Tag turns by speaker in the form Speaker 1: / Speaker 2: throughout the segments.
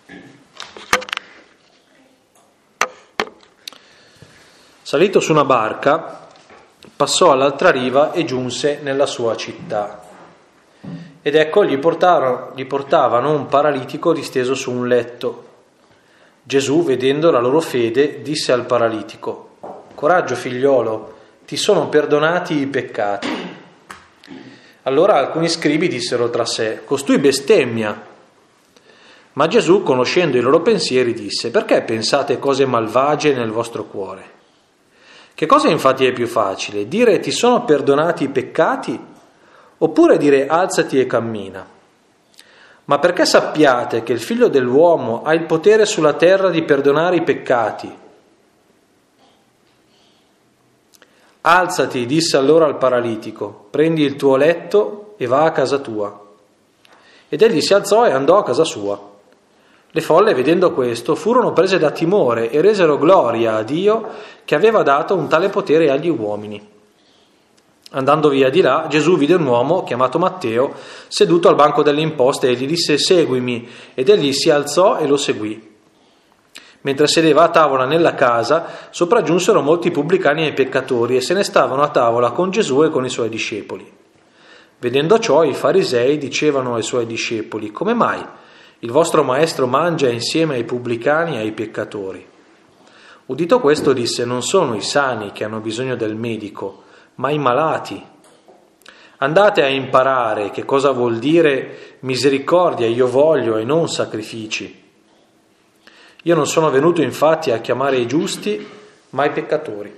Speaker 1: Salito su una barca, passò all'altra riva e giunse nella sua città. Ed ecco gli portavano un paralitico disteso su un letto. Gesù, vedendo la loro fede, disse al paralitico: «Coraggio, figliolo, ti sono perdonati i peccati». Allora alcuni scribi dissero tra sé: «Costui bestemmia». Ma Gesù, conoscendo i loro pensieri, disse: «Perché pensate cose malvagie nel vostro cuore? Che cosa infatti è più facile? Dire ti sono perdonati i peccati, oppure dire alzati e cammina? Ma perché sappiate che il Figlio dell'uomo ha il potere sulla terra di perdonare i peccati». «Alzati», disse allora al paralitico, «prendi il tuo letto e va a casa tua». Ed egli si alzò e andò a casa sua. Le folle, vedendo questo, furono prese da timore e resero gloria a Dio che aveva dato un tale potere agli uomini. Andando via di là, Gesù vide un uomo chiamato Matteo seduto al banco delle imposte e gli disse: «Seguimi», ed egli si alzò e lo seguì. Mentre sedeva a tavola nella casa, sopraggiunsero molti pubblicani e peccatori e se ne stavano a tavola con Gesù e con i suoi discepoli. Vedendo ciò, i farisei dicevano ai suoi discepoli: «Come mai il vostro maestro mangia insieme ai pubblicani e ai peccatori?» Udito questo disse: «Non sono i sani che hanno bisogno del medico, ma i malati. Andate a imparare che cosa vuol dire misericordia io voglio e non sacrifici. Io non sono venuto infatti a chiamare i giusti, ma i peccatori».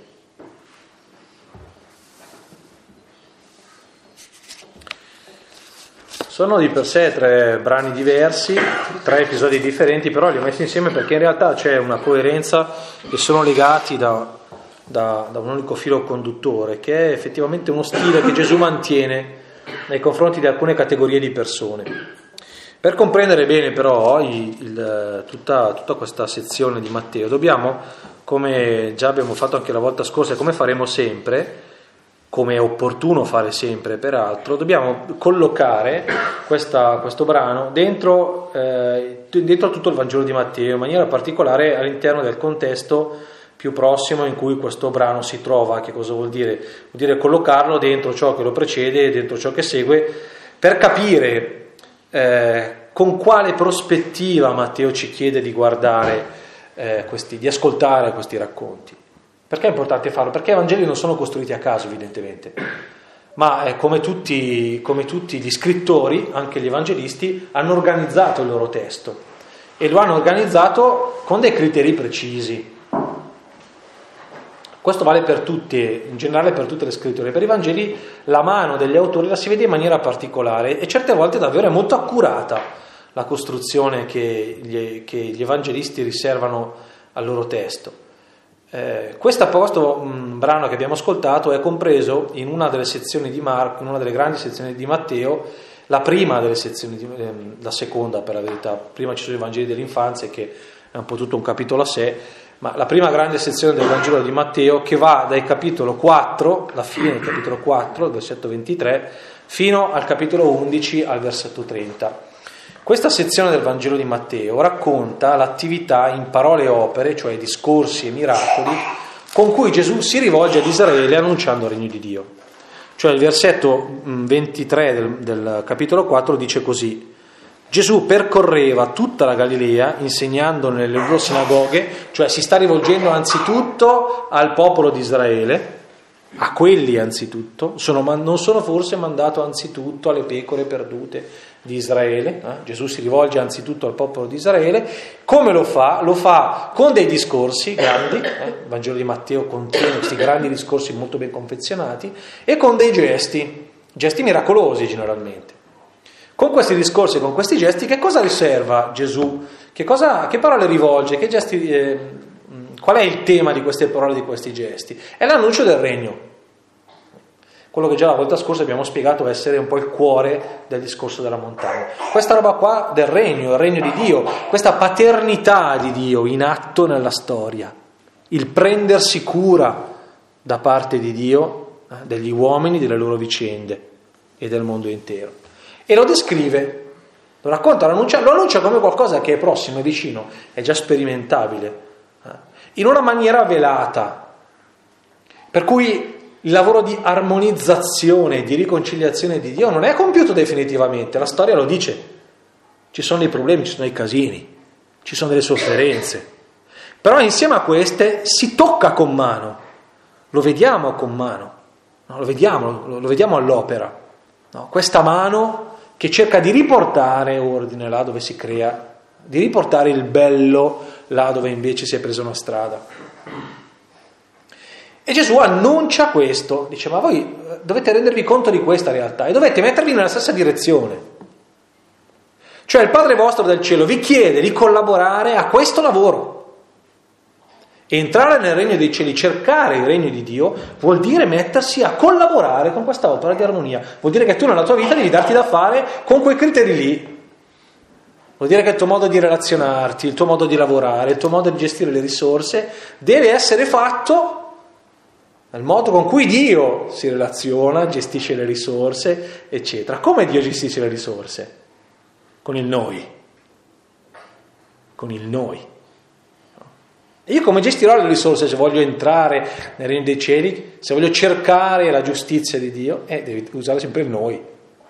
Speaker 1: Sono di per sé 3 brani diversi, 3 episodi differenti, però li ho messi insieme perché in realtà c'è una coerenza e sono legati da un unico filo conduttore, che è effettivamente uno stile che Gesù mantiene nei confronti di alcune categorie di persone. Per comprendere bene però tutta questa sezione di Matteo dobbiamo, come già abbiamo fatto anche la volta scorsa e come faremo sempre, come è opportuno fare sempre peraltro, dobbiamo collocare questo brano dentro tutto il Vangelo di Matteo, in maniera particolare all'interno del contesto più prossimo in cui questo brano si trova. Che cosa vuol dire? Vuol dire collocarlo dentro ciò che lo precede e dentro ciò che segue, per capire con quale prospettiva Matteo ci chiede di guardare di ascoltare questi racconti. Perché è importante farlo? Perché i Vangeli non sono costruiti a caso, evidentemente, ma come tutti gli scrittori, anche gli evangelisti hanno organizzato il loro testo e lo hanno organizzato con dei criteri precisi. Questo vale per tutti, in generale per tutte le scritture. Per i Vangeli la mano degli autori la si vede in maniera particolare e certe volte davvero è molto accurata la costruzione che gli evangelisti riservano al loro testo. Questo brano che abbiamo ascoltato è compreso in una delle sezioni di Marco, in una delle grandi sezioni di Matteo, la prima delle sezioni, la seconda per la verità. Prima ci sono i Vangeli dell'infanzia, che è un po' tutto un capitolo a sé, ma la prima grande sezione del Vangelo di Matteo, che va dal capitolo 4, la fine del capitolo 4, il versetto 23, fino al capitolo 11, al versetto 30. Questa sezione del Vangelo di Matteo racconta l'attività in parole e opere, cioè discorsi e miracoli, con cui Gesù si rivolge ad Israele annunciando il regno di Dio. Cioè il versetto 23 del capitolo 4 dice così: Gesù percorreva tutta la Galilea insegnando nelle loro sinagoghe, cioè si sta rivolgendo anzitutto al popolo di Israele, a quelli anzitutto, non sono forse mandato anzitutto alle pecore perdute di Israele? Gesù si rivolge anzitutto al popolo di Israele. Come lo fa? Lo fa con dei discorsi grandi, il Vangelo di Matteo contiene questi grandi discorsi molto ben confezionati, e con dei gesti miracolosi generalmente. Con questi discorsi e con questi gesti che cosa riserva Gesù? Che parole rivolge? Che gesti? Qual è il tema di queste parole, di questi gesti? È l'annuncio del regno. Quello che già la volta scorsa abbiamo spiegato essere un po' il cuore del discorso della montagna. Questa roba qua del regno, il regno di Dio, questa paternità di Dio in atto nella storia, il prendersi cura da parte di Dio degli uomini, delle loro vicende e del mondo intero. E lo descrive Lo racconta, lo annuncia come qualcosa che è prossimo, è vicino, è già sperimentabile, in una maniera velata. Per cui il lavoro di armonizzazione, di riconciliazione di Dio non è compiuto definitivamente, la storia lo dice. Ci sono dei problemi, ci sono dei casini, ci sono delle sofferenze. Però insieme a queste si tocca con mano, lo vediamo con mano, no? lo vediamo all'opera. No? Questa mano che cerca di riportare ordine là dove si crea, di riportare il bello là dove invece si è presa una strada. E Gesù annuncia questo, dice: ma voi dovete rendervi conto di questa realtà e dovete mettervi nella stessa direzione. Cioè il Padre vostro del cielo vi chiede di collaborare a questo lavoro. Entrare nel regno dei cieli, cercare il regno di Dio, vuol dire mettersi a collaborare con questa opera di armonia. Vuol dire che tu nella tua vita devi darti da fare con quei criteri lì. Vuol dire che il tuo modo di relazionarti, il tuo modo di lavorare, il tuo modo di gestire le risorse deve essere fatto nel modo con cui Dio si relaziona, gestisce le risorse, eccetera. Come Dio gestisce le risorse? Con il noi. Con il noi. E io come gestirò le risorse se voglio entrare nel regno dei cieli, se voglio cercare la giustizia di Dio? Devi usare sempre il noi.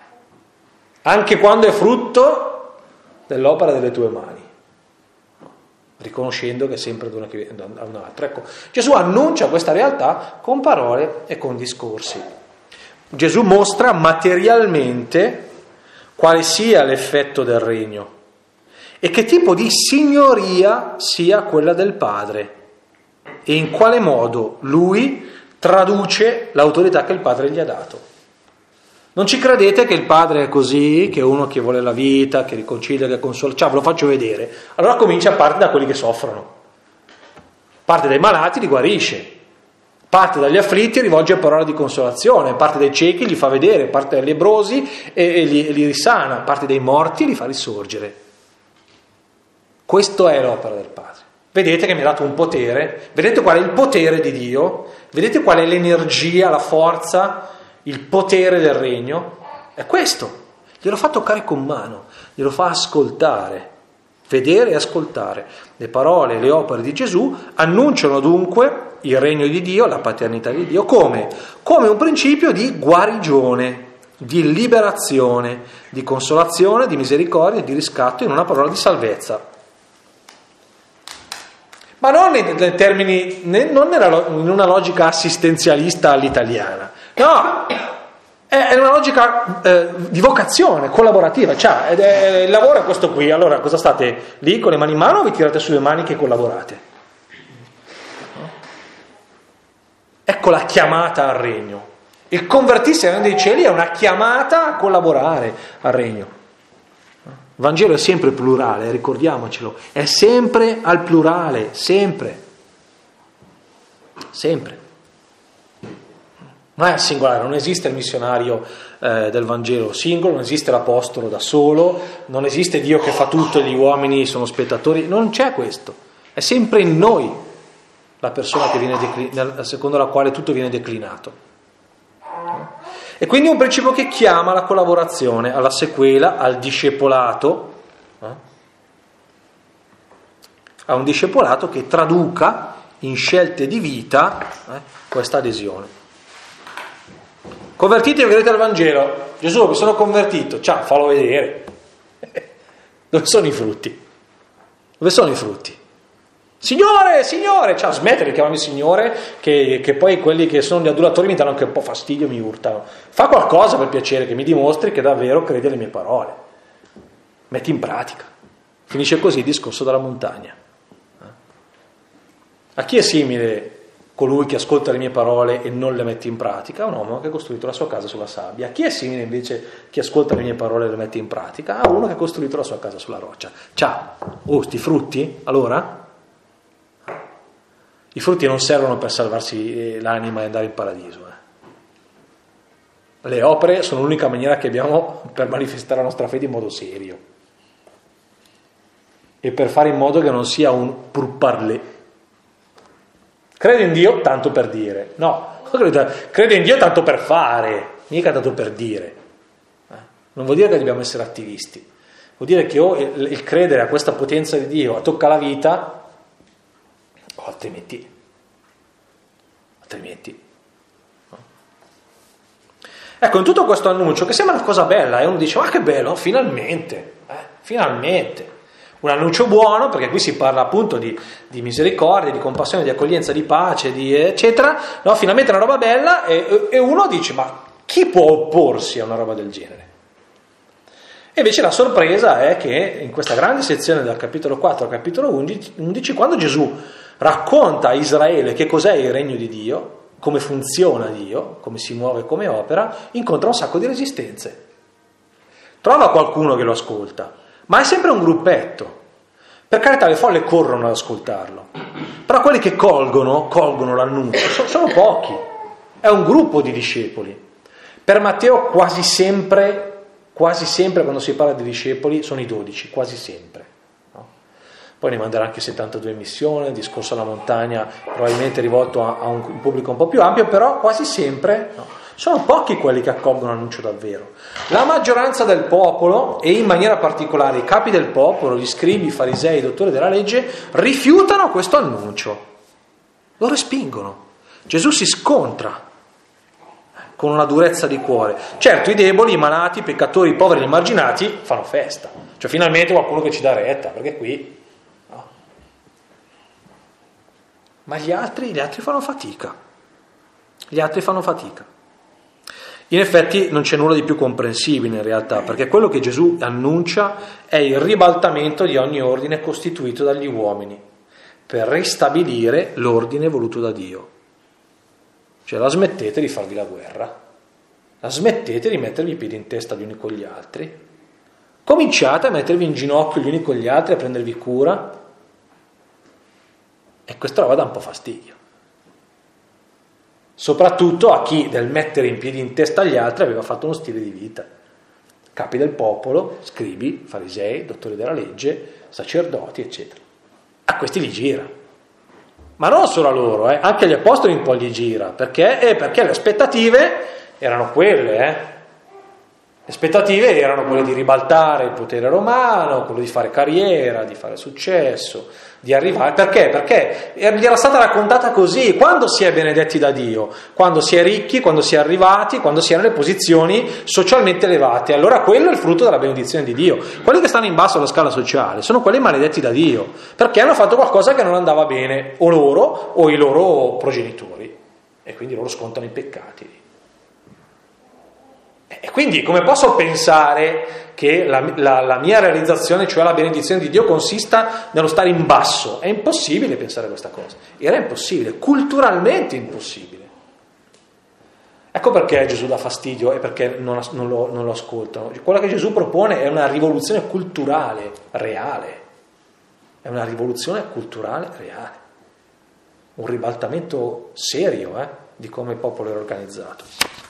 Speaker 1: Anche quando è frutto dell'opera delle tue mani. Riconoscendo che è sempre da un altro. Ecco, Gesù annuncia questa realtà con parole e con discorsi. Gesù mostra materialmente quale sia l'effetto del regno e che tipo di signoria sia quella del Padre e in quale modo lui traduce l'autorità che il Padre gli ha dato. Non ci credete che il Padre è così, che è uno che vuole la vita, che riconcilia, che consola. Ve lo faccio vedere. Allora comincia a partire da quelli che soffrono. Parte dai malati, li guarisce. Parte dagli afflitti e rivolge parole di consolazione. Parte dai ciechi, li fa vedere. Parte dai lebbrosi e li risana. Parte dai morti e li fa risorgere. Questo è l'opera del Padre. Vedete che mi ha dato un potere. Vedete qual è il potere di Dio? Vedete qual è l'energia, la forza, il potere del regno? È questo. Glielo fa toccare con mano, glielo fa ascoltare, vedere e ascoltare. Le parole, le opere di Gesù annunciano dunque il regno di Dio, la paternità di Dio, come un principio di guarigione, di liberazione, di consolazione, di misericordia, di riscatto, in una parola di salvezza. Ma non nei termini, non in una logica assistenzialista all'italiana, no, è una logica di vocazione collaborativa. Cioè, il lavoro è questo qui. Allora cosa state lì con le mani in mano o vi tirate sulle mani che collaborate? Ecco la chiamata al regno. Il convertirsi al regno dei cieli è una chiamata a collaborare al regno. Il Vangelo è sempre plurale, ricordiamocelo, è sempre al plurale, sempre. Non è singolare, non esiste il missionario del Vangelo singolo, non esiste l'apostolo da solo, non esiste Dio che fa tutto e gli uomini sono spettatori, non c'è questo, è sempre in noi la persona che viene secondo la quale tutto viene declinato. E quindi è un principio che chiama alla collaborazione, alla sequela, al discepolato, a un discepolato che traduca in scelte di vita questa adesione. Convertitevi e vedrete il Vangelo. Gesù, mi sono convertito. Ciao, fallo vedere. Dove sono i frutti? Dove sono i frutti? Signore, ciao, smettete di chiamarmi Signore, che poi quelli che sono gli adulatori mi danno anche un po' fastidio, mi urtano. Fa qualcosa per piacere, che mi dimostri che davvero credi alle mie parole. Metti in pratica. Finisce così il discorso della montagna. A chi è simile colui che ascolta le mie parole e non le mette in pratica? Un uomo che ha costruito la sua casa sulla sabbia. A chi è simile invece chi ascolta le mie parole e le mette in pratica? A uno che ha costruito la sua casa sulla roccia. Ciao, sti frutti? Allora? I frutti non servono per salvarsi l'anima e andare in paradiso. Le opere sono l'unica maniera che abbiamo per manifestare la nostra fede in modo serio e per fare in modo che non sia un pur parler. Credo in Dio tanto per dire. No, credo in Dio tanto per fare, mica tanto per dire. Non vuol dire che dobbiamo essere attivisti. Vuol dire che o il credere a questa potenza di Dio tocca la vita, o altrimenti. No? Ecco, in tutto questo annuncio, che sembra una cosa bella, e uno dice, ma che bello, finalmente. Un annuncio buono, perché qui si parla appunto di misericordia, di compassione, di accoglienza, di pace, di eccetera, no? Finalmente una roba bella, e uno dice, ma chi può opporsi a una roba del genere? E invece la sorpresa è che in questa grande sezione dal capitolo 4 al capitolo 11, quando Gesù racconta a Israele che cos'è il regno di Dio, come funziona Dio, come si muove, come opera, incontra un sacco di resistenze. Trova qualcuno che lo ascolta, ma è sempre un gruppetto. Per carità, le folle corrono ad ascoltarlo, però quelli che colgono l'annuncio sono pochi, è un gruppo di discepoli. Per Matteo quasi sempre quando si parla di discepoli sono i 12, quasi sempre. No? Poi ne manderà anche 72 in missione, il discorso alla montagna probabilmente rivolto a un pubblico un po' più ampio, però quasi sempre sono pochi quelli che accolgono l'annuncio davvero. La maggioranza del popolo, e in maniera particolare i capi del popolo, gli scribi, i farisei, i dottori della legge, rifiutano questo annuncio, lo respingono. Gesù si scontra con una durezza di cuore. Certo, i deboli, i malati, i peccatori, i poveri, gli emarginati fanno festa, cioè finalmente qualcuno che ci dà retta, perché qui no. Ma gli altri fanno fatica. In effetti non c'è nulla di più comprensibile in realtà, perché quello che Gesù annuncia è il ribaltamento di ogni ordine costituito dagli uomini per ristabilire l'ordine voluto da Dio. Cioè la smettete di farvi la guerra, la smettete di mettervi i piedi in testa gli uni con gli altri, cominciate a mettervi in ginocchio gli uni con gli altri, a prendervi cura, e questa roba dà un po' fastidio. Soprattutto a chi del mettere in piedi in testa agli altri aveva fatto uno stile di vita. Capi del popolo, scribi, farisei, dottori della legge, sacerdoti, eccetera. A questi li gira. Ma non solo a loro, anche agli apostoli un po' gli gira. Perché? Perché le aspettative erano quelle. Le aspettative erano quelle di ribaltare il potere romano, quello di fare carriera, di fare successo, di arrivare. Perché? Perché gli era stata raccontata così. Quando si è benedetti da Dio? Quando si è ricchi, quando si è arrivati, quando si è nelle posizioni socialmente elevate. Allora quello è il frutto della benedizione di Dio. Quelli che stanno in basso alla scala sociale sono quelli maledetti da Dio, perché hanno fatto qualcosa che non andava bene, o loro o i loro progenitori, e quindi loro scontano i peccati. E quindi come posso pensare che la mia realizzazione, cioè la benedizione di Dio, consista nello stare in basso? È impossibile pensare questa cosa. Era impossibile, culturalmente impossibile. Ecco perché Gesù dà fastidio e perché non lo ascoltano. Quello che Gesù propone è una rivoluzione culturale reale. È una rivoluzione culturale reale. Un ribaltamento serio di come il popolo era organizzato.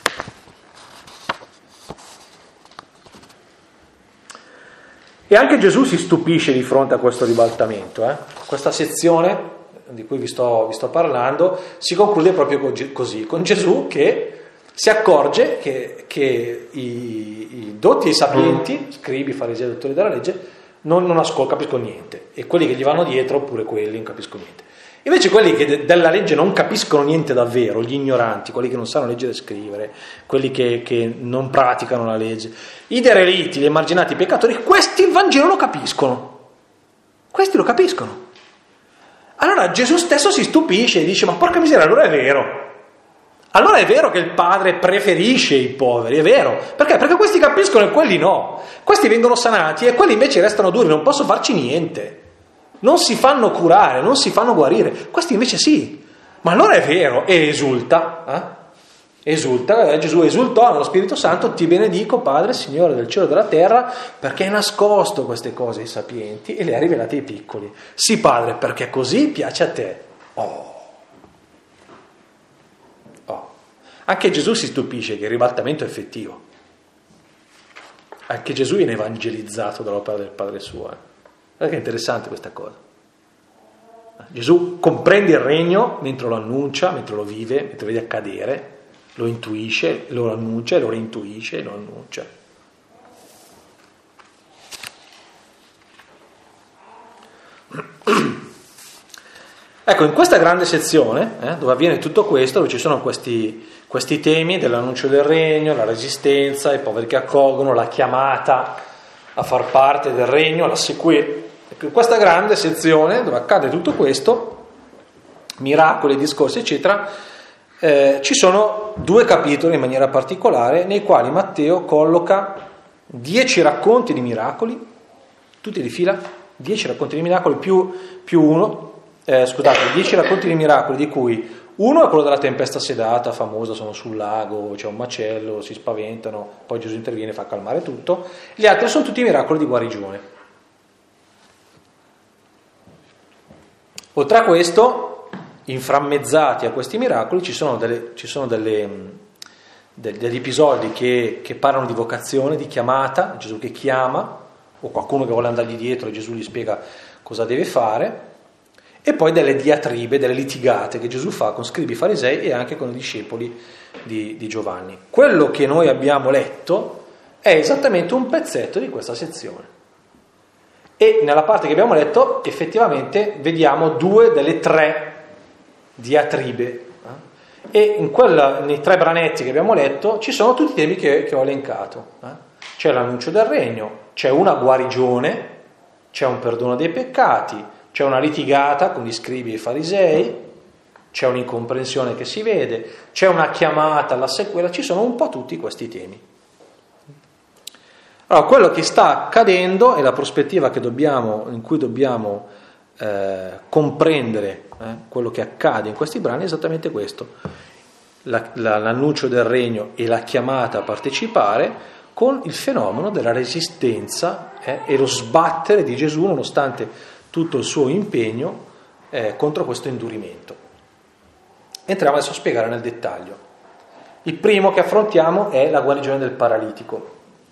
Speaker 1: E anche Gesù si stupisce di fronte a questo ribaltamento. Questa sezione di cui vi sto parlando si conclude proprio così, con Gesù che si accorge che i dotti e i sapienti, scribi, farisei, dottori della legge, non capiscono niente, e quelli che gli vanno dietro, pure quelli, non capiscono niente. Invece quelli che della legge non capiscono niente davvero, gli ignoranti, quelli che non sanno leggere e scrivere, quelli che non praticano la legge, i derelitti, gli emarginati, i peccatori, questi il Vangelo lo capiscono. Questi lo capiscono. Allora Gesù stesso si stupisce e dice: ma porca miseria, allora è vero. Allora è vero che il Padre preferisce i poveri, è vero. Perché? Perché questi capiscono e quelli no. Questi vengono sanati e quelli invece restano duri, non posso farci niente. Non si fanno curare, non si fanno guarire. Questi invece sì. Ma allora è vero. E esulta. Esulta. Gesù esultò nello Spirito Santo: ti benedico, Padre, Signore del cielo e della terra, perché hai nascosto queste cose ai sapienti e le hai rivelate ai piccoli. Sì, Padre, perché così piace a te. Anche Gesù si stupisce che il ribaltamento è effettivo. Anche Gesù viene evangelizzato dall'opera del Padre suo. Guarda che interessante questa cosa. Gesù comprende il regno mentre lo annuncia, mentre lo vive, mentre vede accadere, lo intuisce, lo annuncia, lo reintuisce e lo annuncia. Ecco, in questa grande sezione, dove avviene tutto questo, dove ci sono questi temi dell'annuncio del regno, la resistenza, i poveri che accolgono, la chiamata a far parte del regno, la sequela. Ecco, in questa grande sezione, dove accade tutto questo, miracoli, discorsi, eccetera, ci sono 2 capitoli in maniera particolare, nei quali Matteo colloca 10 racconti di miracoli, tutti di fila, 10 racconti di miracoli più uno. 10 racconti di miracoli, di cui uno è quello della tempesta sedata, famosa, sono sul lago, c'è un macello, si spaventano, poi Gesù interviene e fa calmare tutto. Gli altri sono tutti miracoli di guarigione. Oltre a questo, inframmezzati a questi miracoli, ci sono degli episodi che parlano di vocazione, di chiamata, Gesù che chiama, o qualcuno che vuole andargli dietro e Gesù gli spiega cosa deve fare. E poi delle diatribe, delle litigate che Gesù fa con scribi farisei e anche con i discepoli di Giovanni. Quello che noi abbiamo letto è esattamente un pezzetto di questa sezione. E nella parte che abbiamo letto effettivamente vediamo 2 delle 3 diatribe. E nei 3 branetti che abbiamo letto ci sono tutti i temi che ho elencato. C'è l'annuncio del regno, c'è una guarigione, c'è un perdono dei peccati, c'è una litigata con gli scribi e i farisei, c'è un'incomprensione che si vede, c'è una chiamata alla sequela, ci sono un po' tutti questi temi. Allora, quello che sta accadendo e la prospettiva in cui dobbiamo comprendere quello che accade in questi brani è esattamente questo: l'annuncio del regno e la chiamata a partecipare con il fenomeno della resistenza e lo sbattere di Gesù nonostante tutto il suo impegno contro questo indurimento. Entriamo adesso a spiegare nel dettaglio. Il primo che affrontiamo è la guarigione del paralitico.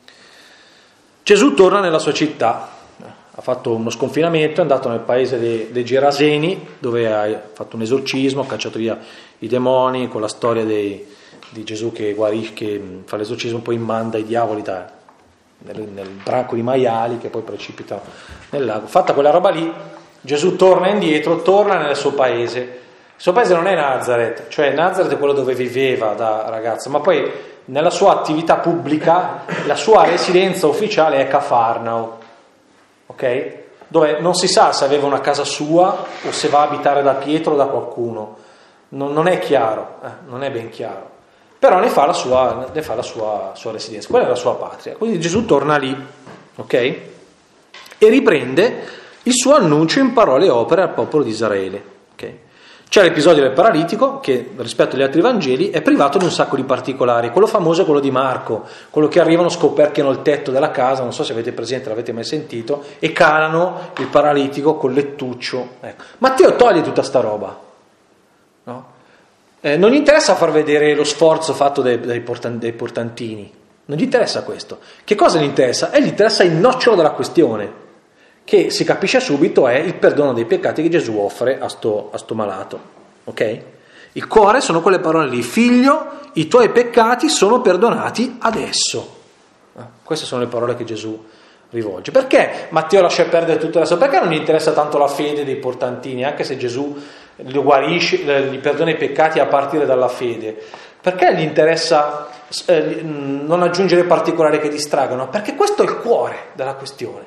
Speaker 1: Gesù torna nella sua città, ha fatto uno sconfinamento, è andato nel paese dei Geraseni, dove ha fatto un esorcismo, ha cacciato via i demoni, con la storia di Gesù che guarisce, che fa l'esorcismo, poi manda i diavoli nel branco di maiali che poi precipitano nel lago. Fatta quella roba lì, Gesù torna indietro, torna nel suo paese. Il suo paese non è Nazareth, cioè Nazareth è quello dove viveva da ragazzo, ma poi nella sua attività pubblica la sua residenza ufficiale è Cafarnao, ok? Dove non si sa se aveva una casa sua o se va a abitare da Pietro o da qualcuno, non è chiaro, non è ben chiaro. Però ne fa la sua residenza, quella è la sua patria. Quindi Gesù torna lì, ok? E riprende il suo annuncio in parole e opere al popolo di Israele, ok? C'è l'episodio del paralitico che rispetto agli altri Vangeli è privato di un sacco di particolari. Quello famoso è quello di Marco, quello che arrivano, scoperchiano il tetto della casa, non so se avete presente, l'avete mai sentito, e calano il paralitico col lettuccio. Ecco. Matteo toglie tutta sta roba, no? Non gli interessa far vedere lo sforzo fatto dai portantini, non gli interessa questo. Che cosa gli interessa? Gli interessa il nocciolo della questione, che si capisce subito è il perdono dei peccati che Gesù offre a sto malato, ok? Il cuore sono quelle parole lì: figlio, i tuoi peccati sono perdonati adesso. Queste sono le parole che Gesù rivolge. Perché Matteo lascia perdere tutto adesso? Perché non gli interessa tanto la fede dei portantini, anche se Gesù lo guarisce, gli perdona i peccati a partire dalla fede? Perché gli interessa non aggiungere particolari che distraggono? Perché questo è il cuore della questione.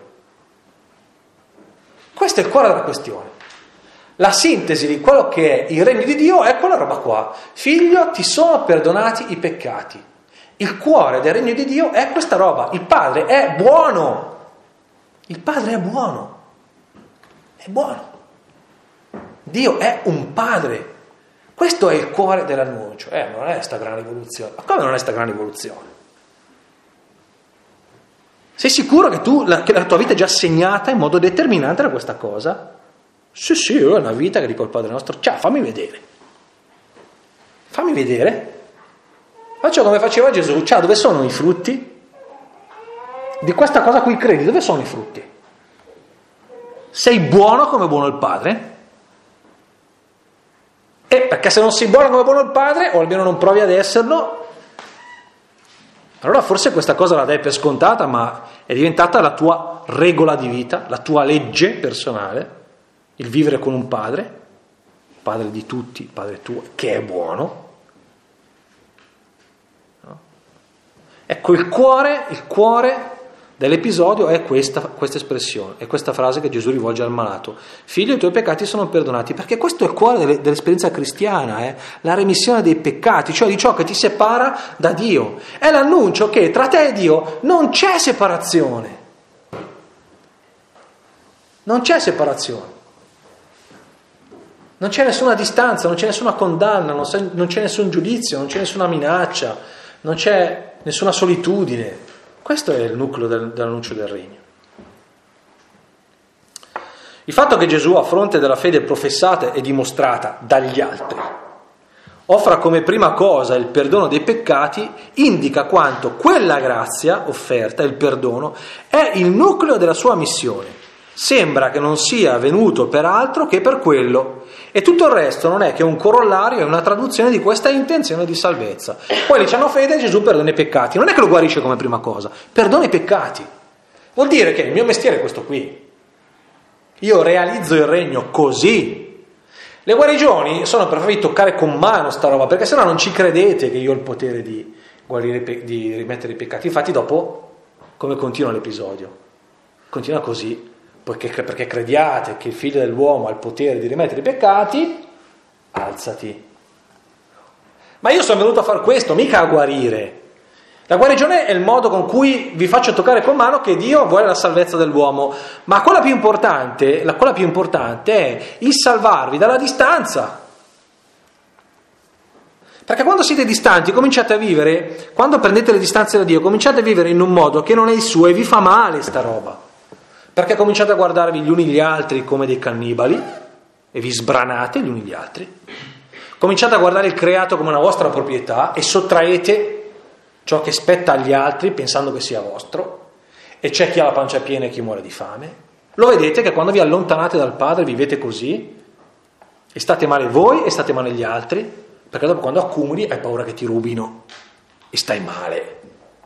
Speaker 1: Questo è il cuore della questione. La sintesi di quello che è il regno di Dio è quella roba qua: figlio, ti sono perdonati i peccati. Il cuore del regno di Dio è questa roba. Il Padre è buono. Il Padre è buono. È buono. Dio è un Padre. Questo è il cuore dell'annuncio. Non è sta gran rivoluzione. Ma come non è sta gran rivoluzione? Sei sicuro che che la tua vita è già segnata in modo determinante da questa cosa? Sì, è una vita che dico al Padre nostro. Ciao, fammi vedere. Fammi vedere. Faccio come faceva Gesù. Ciao, dove sono i frutti? Di questa cosa qui credi, dove sono i frutti? Sei buono come buono il Padre? Perché se non sei buono come buono il Padre, o almeno non provi ad esserlo, allora forse questa cosa la dai per scontata, ma è diventata la tua regola di vita, la tua legge personale, il vivere con un padre di tutti, padre tuo, che è buono. No? Ecco, il cuore dell'episodio è questa espressione, è questa frase che Gesù rivolge al malato: figlio, i tuoi peccati sono perdonati, perché questo è il cuore dell'esperienza cristiana, la remissione dei peccati, cioè di ciò che ti separa da Dio. È l'annuncio che tra te e Dio non c'è separazione. Non c'è separazione. Non c'è nessuna distanza, non c'è nessuna condanna, non c'è nessun giudizio, non c'è nessuna minaccia, non c'è nessuna solitudine. Questo è il nucleo dell'annuncio del regno. Il fatto che Gesù, a fronte della fede professata e dimostrata dagli altri, offra come prima cosa il perdono dei peccati, indica quanto quella grazia offerta, il perdono, è il nucleo della sua missione. Sembra che non sia venuto per altro che per quello, e tutto il resto non è che un corollario e una traduzione di questa intenzione di salvezza. Quelli che hanno fede, Gesù perdona i peccati, non è che lo guarisce come prima cosa, perdona i peccati. Vuol dire che il mio mestiere è questo qui, io realizzo il regno così. Le guarigioni sono per farvi toccare con mano sta roba, perché sennò non ci credete che io ho il potere di guarire, di rimettere i peccati. Infatti dopo, come continua l'episodio? Continua così. Perché crediate che il figlio dell'uomo ha il potere di rimettere i peccati, alzati. Ma io sono venuto a fare questo, mica a guarire. La guarigione è il modo con cui vi faccio toccare con mano che Dio vuole la salvezza dell'uomo, ma quella più importante è il salvarvi dalla distanza. Perché quando siete distanti cominciate a vivere, quando prendete le distanze da Dio, cominciate a vivere in un modo che non è il suo e vi fa male sta roba. Perché cominciate a guardarvi gli uni gli altri come dei cannibali e vi sbranate gli uni gli altri. Cominciate a guardare il creato come una vostra proprietà e sottraete ciò che spetta agli altri pensando che sia vostro, e c'è chi ha la pancia piena e chi muore di fame. Lo vedete che quando vi allontanate dal Padre vivete così e state male voi e state male gli altri, perché dopo quando accumuli hai paura che ti rubino e stai male.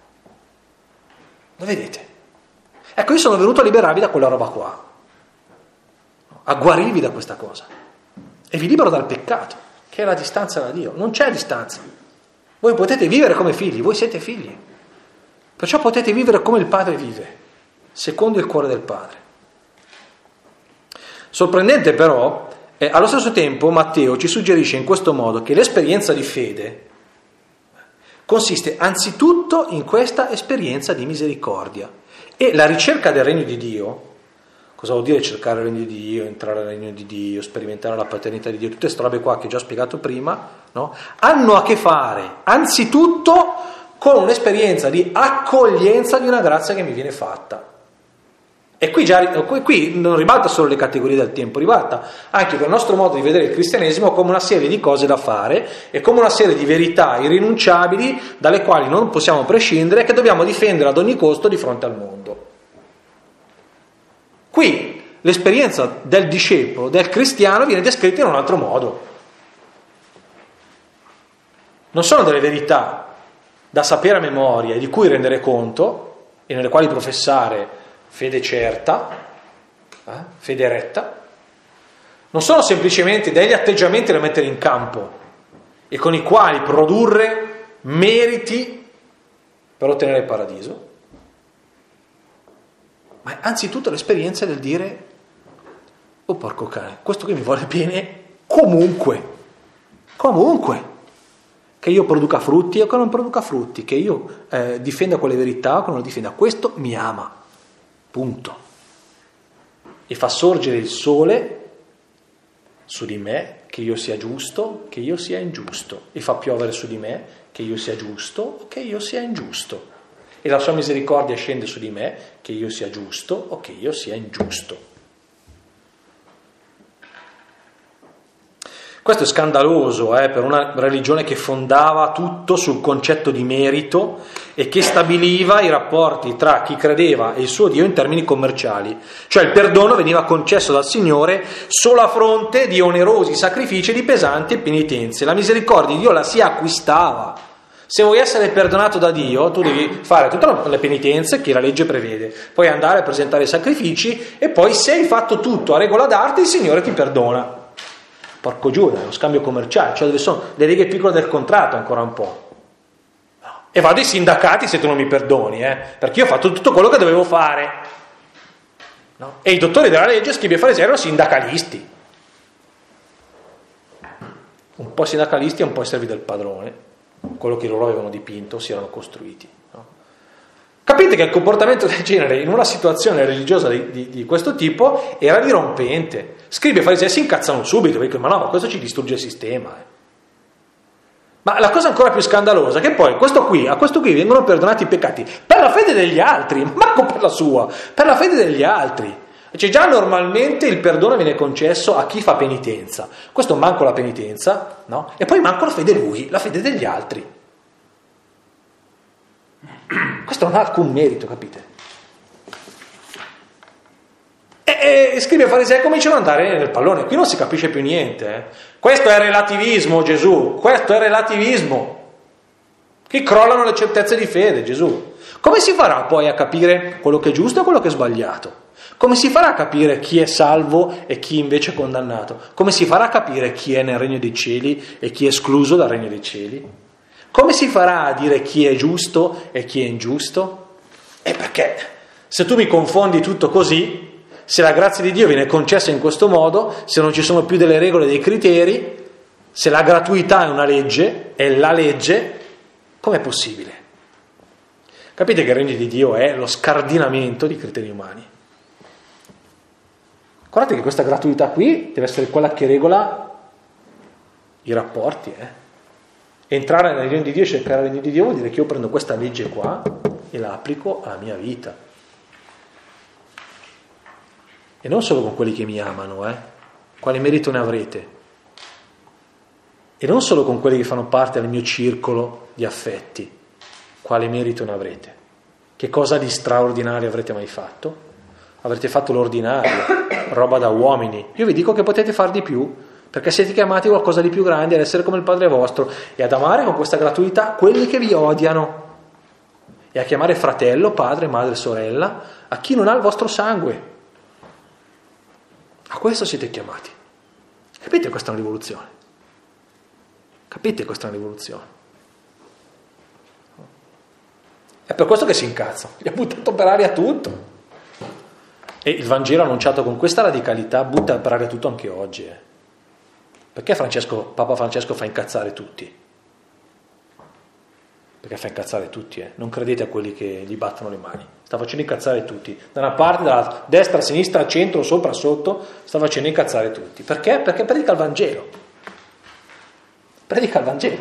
Speaker 1: Lo vedete? Ecco, io sono venuto a liberarvi da quella roba qua, a guarirvi da questa cosa, e vi libero dal peccato, che è la distanza da Dio. Non c'è distanza. Voi potete vivere come figli, voi siete figli, perciò potete vivere come il Padre vive, secondo il cuore del Padre. Sorprendente però, allo stesso tempo Matteo ci suggerisce in questo modo che l'esperienza di fede consiste anzitutto in questa esperienza di misericordia. E la ricerca del regno di Dio, cosa vuol dire cercare il regno di Dio, entrare nel regno di Dio, sperimentare la paternità di Dio, tutte queste robe qua che ho già spiegato prima, no? Hanno a che fare anzitutto con un'esperienza di accoglienza di una grazia che mi viene fatta. E qui non ribalta solo le categorie del tempo, ribalta anche con il nostro modo di vedere il cristianesimo come una serie di cose da fare e come una serie di verità irrinunciabili dalle quali non possiamo prescindere e che dobbiamo difendere ad ogni costo di fronte al mondo. Qui l'esperienza del discepolo, del cristiano, viene descritta in un altro modo. Non sono delle verità da sapere a memoria e di cui rendere conto e nelle quali professare fede certa, fede retta. Non sono semplicemente degli atteggiamenti da mettere in campo e con i quali produrre meriti per ottenere il paradiso, ma è anzitutto l'esperienza del dire: oh porco cane, questo qui mi vuole bene comunque, che io produca frutti o che non produca frutti, che io difenda quelle verità o che non le difenda, questo mi ama. Punto. E fa sorgere il sole su di me, che io sia giusto, che io sia ingiusto, e fa piovere su di me, che io sia giusto, che io sia ingiusto, e la sua misericordia scende su di me, che io sia giusto o che io sia ingiusto. Questo è scandaloso per una religione che fondava tutto sul concetto di merito e che stabiliva i rapporti tra chi credeva e il suo Dio in termini commerciali. Cioè il perdono veniva concesso dal Signore solo a fronte di onerosi sacrifici e di pesanti penitenze. La misericordia di Dio la si acquistava. Se vuoi essere perdonato da Dio, tu devi fare tutte le penitenze che la legge prevede, poi andare a presentare i sacrifici e poi se hai fatto tutto a regola d'arte il Signore ti perdona. Porco Giuda, è uno scambio commerciale, cioè dove sono le righe piccole del contratto ancora un po'. E vado ai sindacati se tu non mi perdoni, perché io ho fatto tutto quello che dovevo fare. No? E i dottori della legge, scribi e farisei, erano sindacalisti. Un po' sindacalisti e un po' i servi del padrone, quello che loro avevano dipinto, si erano costruiti. No? Capite che il comportamento del genere in una situazione religiosa di questo tipo era dirompente. Scribi e farisei si incazzano subito, perché ma questo ci distrugge il sistema. Ma la cosa ancora più scandalosa è che poi a questo qui vengono perdonati i peccati per la fede degli altri, manco per la sua, per la fede degli altri. Cioè già normalmente il perdono viene concesso a chi fa penitenza, questo manco la penitenza, no? E poi manco la fede lui, la fede degli altri. Questo non ha alcun merito, capite? E scribi e farisei cominciano ad andare nel pallone, qui non si capisce più niente. Questo è relativismo, Gesù, questo è relativismo. Qui crollano le certezze di fede, Gesù. Come si farà poi a capire quello che è giusto e quello che è sbagliato? Come si farà a capire chi è salvo e chi invece è condannato? Come si farà a capire chi è nel regno dei cieli e chi è escluso dal regno dei cieli? Come si farà a dire chi è giusto e chi è ingiusto? Perché se tu mi confondi tutto così, se la grazia di Dio viene concessa in questo modo, se non ci sono più delle regole, dei criteri, se la gratuità è una legge, è la legge, com'è possibile? Capite che il regno di Dio è lo scardinamento di criteri umani. Guardate che questa gratuità qui deve essere quella che regola i rapporti. Entrare nel regno di Dio, cercare il regno di Dio vuol dire che io prendo questa legge qua e la applico alla mia vita. E non solo con quelli che mi amano, quale merito ne avrete? E non solo con quelli che fanno parte del mio circolo di affetti, quale merito ne avrete? Che cosa di straordinario avrete mai fatto? Avrete fatto l'ordinario, roba da uomini. Io vi dico che potete far di più, perché siete chiamati a qualcosa di più grande, ad essere come il Padre vostro e ad amare con questa gratuità quelli che vi odiano e a chiamare fratello, padre, madre, sorella a chi non ha il vostro sangue. A questo siete chiamati. Capite? Questa è una rivoluzione. Capite? Questa è una rivoluzione. È per questo che si incazza. Gli ha buttato per aria tutto. E il Vangelo annunciato con questa radicalità butta per aria tutto anche oggi. Perché Papa Francesco fa incazzare tutti? Perché fa incazzare tutti, Non credete a quelli che gli battono le mani. Sta facendo incazzare tutti. Da una parte, dall'altra, destra, sinistra, centro, sopra, sotto, sta facendo incazzare tutti. Perché? Perché predica il Vangelo. Predica il Vangelo.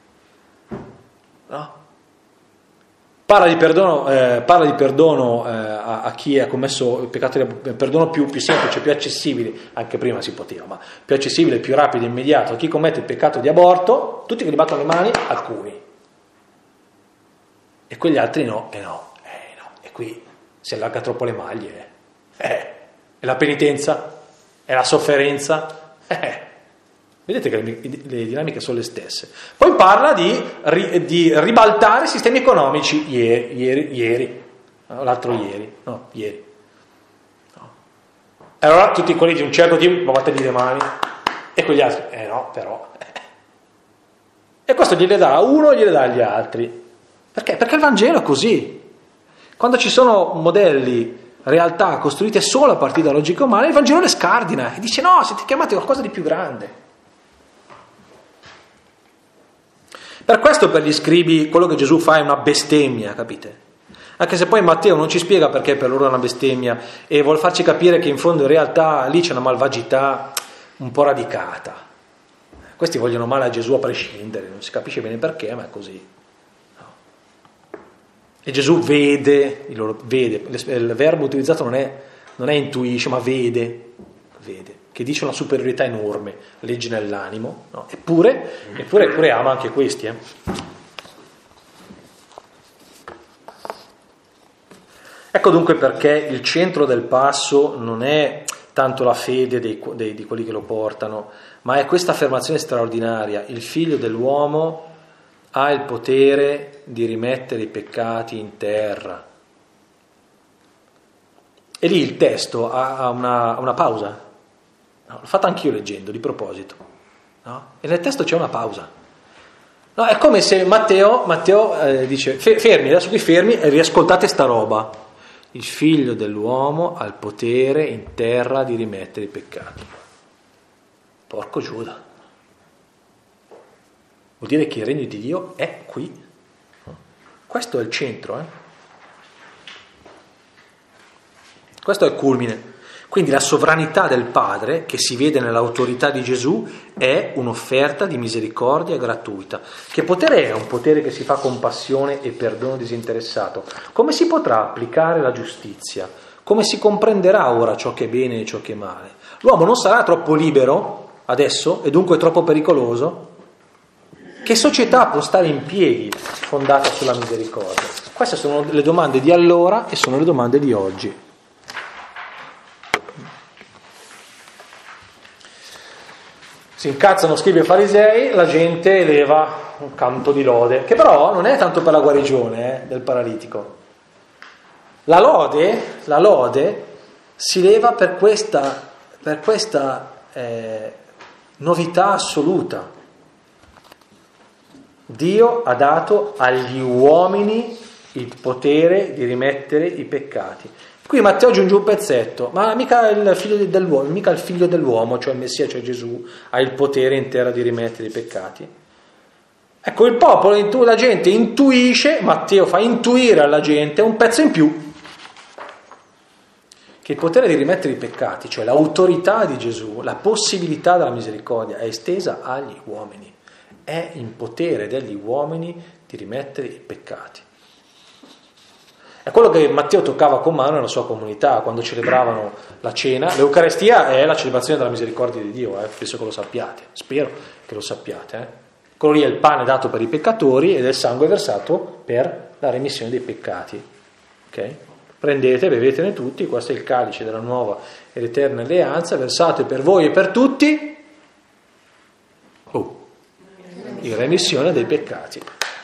Speaker 1: No? Parla di perdono a chi ha commesso il peccato, perdono più semplice, più accessibile, anche prima si poteva, ma più accessibile, più rapido, immediato. A chi commette il peccato di aborto, tutti che gli battono le mani, alcuni. E quegli altri no. E qui si allarga troppo le maglie. È la penitenza, è la sofferenza. Vedete che le dinamiche sono le stesse. Poi parla di ribaltare i sistemi economici ieri. No. E allora tutti quelli di un certo tipo battergli le mani e quegli altri, però. E questo gliele dà a uno e gliele dà agli altri. Perché? Perché il Vangelo è così. Quando ci sono modelli, realtà costruite solo a partire da logica umana, il Vangelo le scardina e dice no, siete chiamati a qualcosa di più grande. Per questo per gli scribi quello che Gesù fa è una bestemmia, capite? Anche se poi Matteo non ci spiega perché per loro è una bestemmia e vuol farci capire che in fondo in realtà lì c'è una malvagità un po' radicata. Questi vogliono male a Gesù a prescindere, non si capisce bene perché, ma è così. No. E Gesù vede, il verbo utilizzato non è intuisce, ma vede, che dice una superiorità enorme, legge nell'animo, no? Eppure ama anche questi. Ecco dunque perché il centro del passo non è tanto la fede di quelli che lo portano, ma è questa affermazione straordinaria: il figlio dell'uomo ha il potere di rimettere i peccati in terra. E lì il testo ha una pausa. No, l'ho fatto anch'io leggendo, di proposito. No? E nel testo c'è una pausa. No, è come se Matteo dice, fermi, adesso qui fermi e riascoltate sta roba. Il figlio dell'uomo ha il potere in terra di rimettere i peccati. Porco Giuda. Vuol dire che il regno di Dio è qui. Questo è il centro. Questo è il culmine. Quindi la sovranità del Padre, che si vede nell'autorità di Gesù, è un'offerta di misericordia gratuita. Che potere è? Un potere che si fa con passione e perdono disinteressato. Come si potrà applicare la giustizia? Come si comprenderà ora ciò che è bene e ciò che è male? L'uomo non sarà troppo libero adesso e dunque troppo pericoloso? Che società può stare in piedi fondata sulla misericordia? Queste sono le domande di allora e sono le domande di oggi. Si incazzano scribi e farisei, la gente eleva un canto di lode, che però non è tanto per la guarigione del paralitico. La lode si leva per questa novità assoluta. Dio ha dato agli uomini il potere di rimettere i peccati. Qui Matteo aggiunge un pezzetto, ma mica il figlio dell'uomo, cioè il Messia, cioè Gesù, ha il potere in terra di rimettere i peccati. Ecco, il popolo, la gente intuisce, Matteo fa intuire alla gente un pezzo in più, che il potere di rimettere i peccati, cioè l'autorità di Gesù, la possibilità della misericordia, è estesa agli uomini. È in potere degli uomini di rimettere i peccati. È quello che Matteo toccava con mano nella sua comunità quando celebravano la cena. L'Eucarestia è la celebrazione della misericordia di Dio, penso che lo sappiate, spero che lo sappiate. Quello lì è il pane dato per i peccatori ed è il sangue versato per la remissione dei peccati. Okay? Prendete, bevetene tutti, questo è il calice della nuova ed eterna alleanza, versato per voi e per tutti in remissione dei peccati.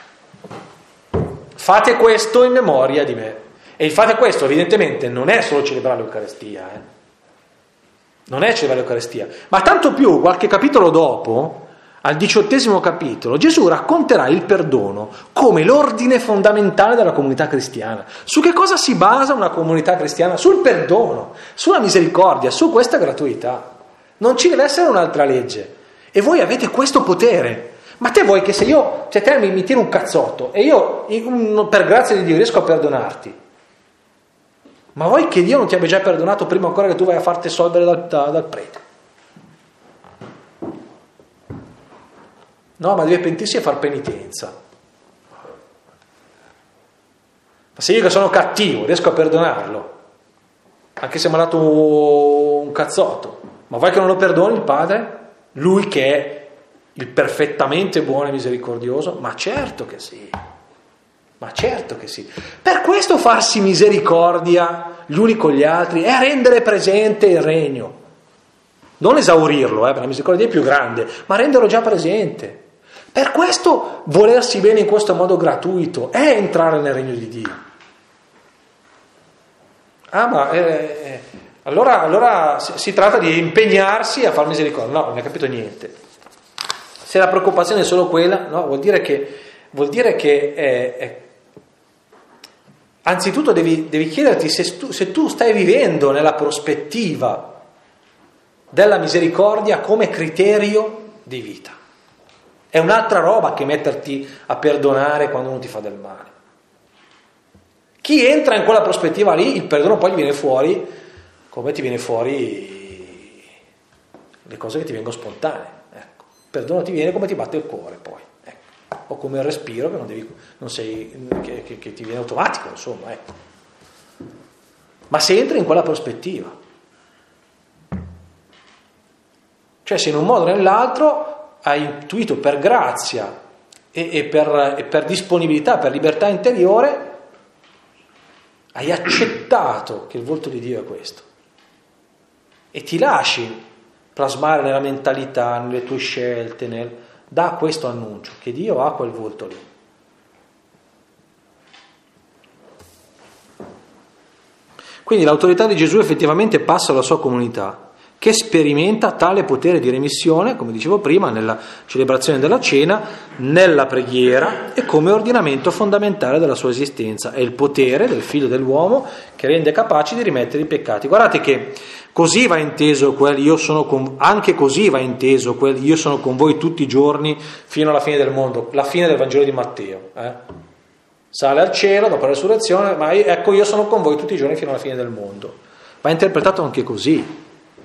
Speaker 1: Fate questo in memoria di me. E il fate questo evidentemente non è solo celebrare l'Eucarestia, non è celebrare l'Eucarestia, ma tanto più qualche capitolo dopo, al 18° capitolo, Gesù racconterà il perdono come l'ordine fondamentale della comunità cristiana. Su che cosa si basa una comunità cristiana? Sul perdono, sulla misericordia, su questa gratuità. Non ci deve essere un'altra legge. E voi avete questo potere. Ma te vuoi che se io, te mi tiro un cazzotto e io per grazia di Dio riesco a perdonarti, ma vuoi che Dio non ti abbia già perdonato prima ancora che tu vai a farti assolvere dal prete? No, ma deve pentirsi e far penitenza. Ma se io che sono cattivo riesco a perdonarlo, anche se mi ha dato un cazzotto, ma vuoi che non lo perdoni il Padre? Lui che è il perfettamente buono e misericordioso? Ma certo che sì, ma certo che sì. Per questo farsi misericordia gli uni con gli altri è rendere presente il regno, non esaurirlo, per la misericordia è più grande, ma renderlo già presente. Per questo volersi bene in questo modo gratuito è entrare nel regno di Dio. Allora si tratta di impegnarsi a far misericordia. No, non hai capito niente. Se la preoccupazione è solo quella, no, vuol dire che anzitutto devi chiederti se tu stai vivendo nella prospettiva della misericordia come criterio di vita. È un'altra roba che metterti a perdonare quando uno ti fa del male. Chi entra in quella prospettiva lì, il perdono poi gli viene fuori come ti viene fuori le cose che ti vengono spontanee. Il perdono ti viene come ti batte il cuore poi, o come il respiro che ti viene automatico, insomma. Ma se entri in quella prospettiva, cioè se in un modo o nell'altro hai intuito per grazia e per disponibilità, per libertà interiore, hai accettato che il volto di Dio è questo e ti lasci plasmare nella mentalità, nelle tue scelte, dà questo annuncio, che Dio ha quel volto lì. Quindi l'autorità di Gesù effettivamente passa alla sua comunità, che sperimenta tale potere di remissione, come dicevo prima, nella celebrazione della cena, nella preghiera e come ordinamento fondamentale della sua esistenza. È il potere del Figlio dell'uomo che rende capaci di rimettere i peccati. Guardate che così va inteso anche così va inteso quel io sono con voi tutti i giorni fino alla fine del mondo, la fine del Vangelo di Matteo. Sale al cielo dopo la resurrezione, ma ecco io sono con voi tutti i giorni fino alla fine del mondo. Va interpretato anche così.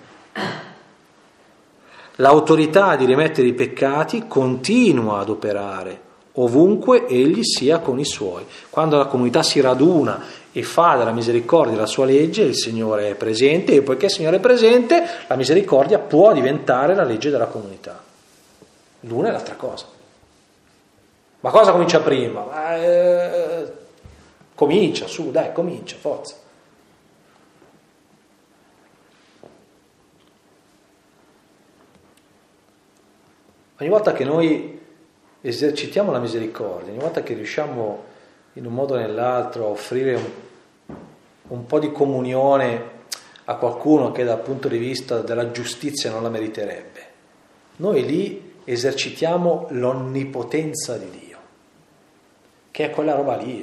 Speaker 1: L'autorità di rimettere i peccati continua ad operare ovunque egli sia con i suoi. Quando la comunità si raduna e fa della misericordia la sua legge, il Signore è presente, e poiché il Signore è presente, la misericordia può diventare la legge della comunità. L'una e l'altra cosa. Ma cosa comincia prima? Comincia, su, dai, comincia, forza. Ogni volta che noi esercitiamo la misericordia, ogni volta che riusciamo in un modo o nell'altro a offrire un po' di comunione a qualcuno che dal punto di vista della giustizia non la meriterebbe, noi lì esercitiamo l'onnipotenza di Dio, che è quella roba lì,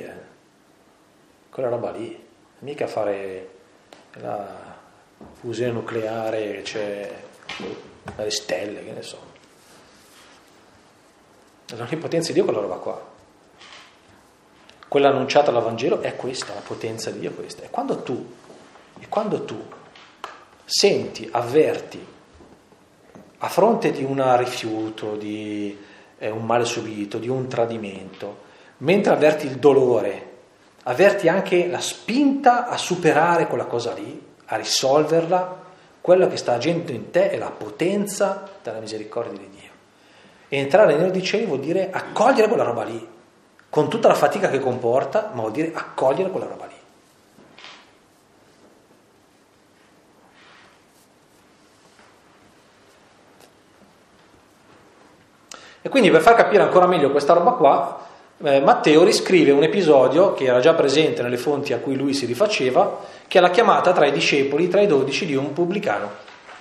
Speaker 1: mica fare la fusione nucleare, c'è le stelle, che ne so. L'onnipotenza di Dio è quella roba qua. Quella annunciata al Vangelo è questa, la potenza di Dio è questa. E quando tu senti, avverti, a fronte di un rifiuto, di un male subito, di un tradimento, mentre avverti il dolore, avverti anche la spinta a superare quella cosa lì, a risolverla, quello che sta agendo in te è la potenza della misericordia di Dio. E entrare nel regno dei cieli vuol dire accogliere quella roba lì, con tutta la fatica che comporta, ma vuol dire accogliere quella roba lì. E quindi per far capire ancora meglio questa roba qua, Matteo riscrive un episodio che era già presente nelle fonti a cui lui si rifaceva, che è la chiamata tra i discepoli, tra i 12, di un pubblicano.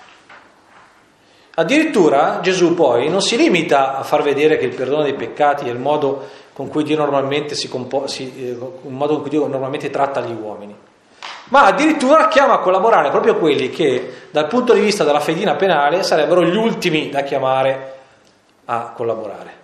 Speaker 1: Addirittura Gesù poi non si limita a far vedere che il perdono dei peccati è il modo con cui Dio normalmente tratta gli uomini, ma addirittura chiama a collaborare proprio quelli che dal punto di vista della fedina penale sarebbero gli ultimi da chiamare a collaborare.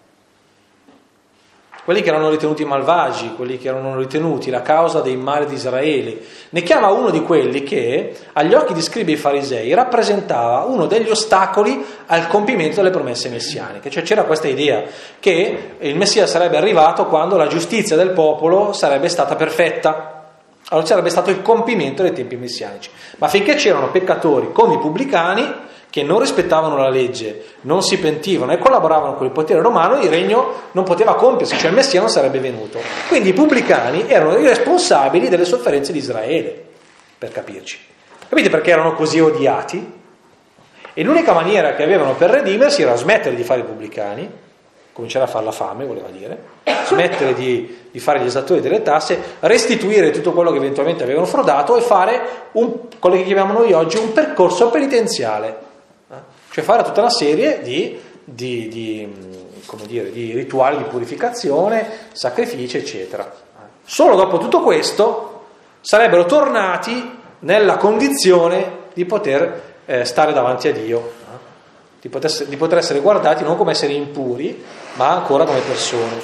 Speaker 1: Quelli che erano ritenuti malvagi, quelli che erano ritenuti la causa dei mali di Israele. Ne chiama uno di quelli che, agli occhi di scribi e farisei, rappresentava uno degli ostacoli al compimento delle promesse messianiche. Cioè c'era questa idea che il Messia sarebbe arrivato quando la giustizia del popolo sarebbe stata perfetta. Allora sarebbe stato il compimento dei tempi messianici. Ma finché c'erano peccatori come i pubblicani, che non rispettavano la legge, non si pentivano e collaboravano con il potere romano, il regno non poteva compiersi, cioè il Messia non sarebbe venuto. Quindi i pubblicani erano i responsabili delle sofferenze di Israele, per capirci. Capite perché erano così odiati? E l'unica maniera che avevano per redimersi era smettere di fare i pubblicani, cominciare a fare la fame, voleva dire, smettere di fare gli esattori delle tasse, restituire tutto quello che eventualmente avevano frodato e fare quello che chiamiamo noi oggi un percorso penitenziale. Cioè fare tutta una serie di rituali di purificazione, sacrifici, eccetera. Solo dopo tutto questo sarebbero tornati nella condizione di poter stare davanti a Dio, di poter essere guardati non come esseri impuri, ma ancora come persone.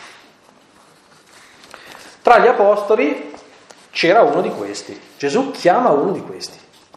Speaker 1: Tra gli apostoli c'era uno di questi. Gesù chiama uno di questi.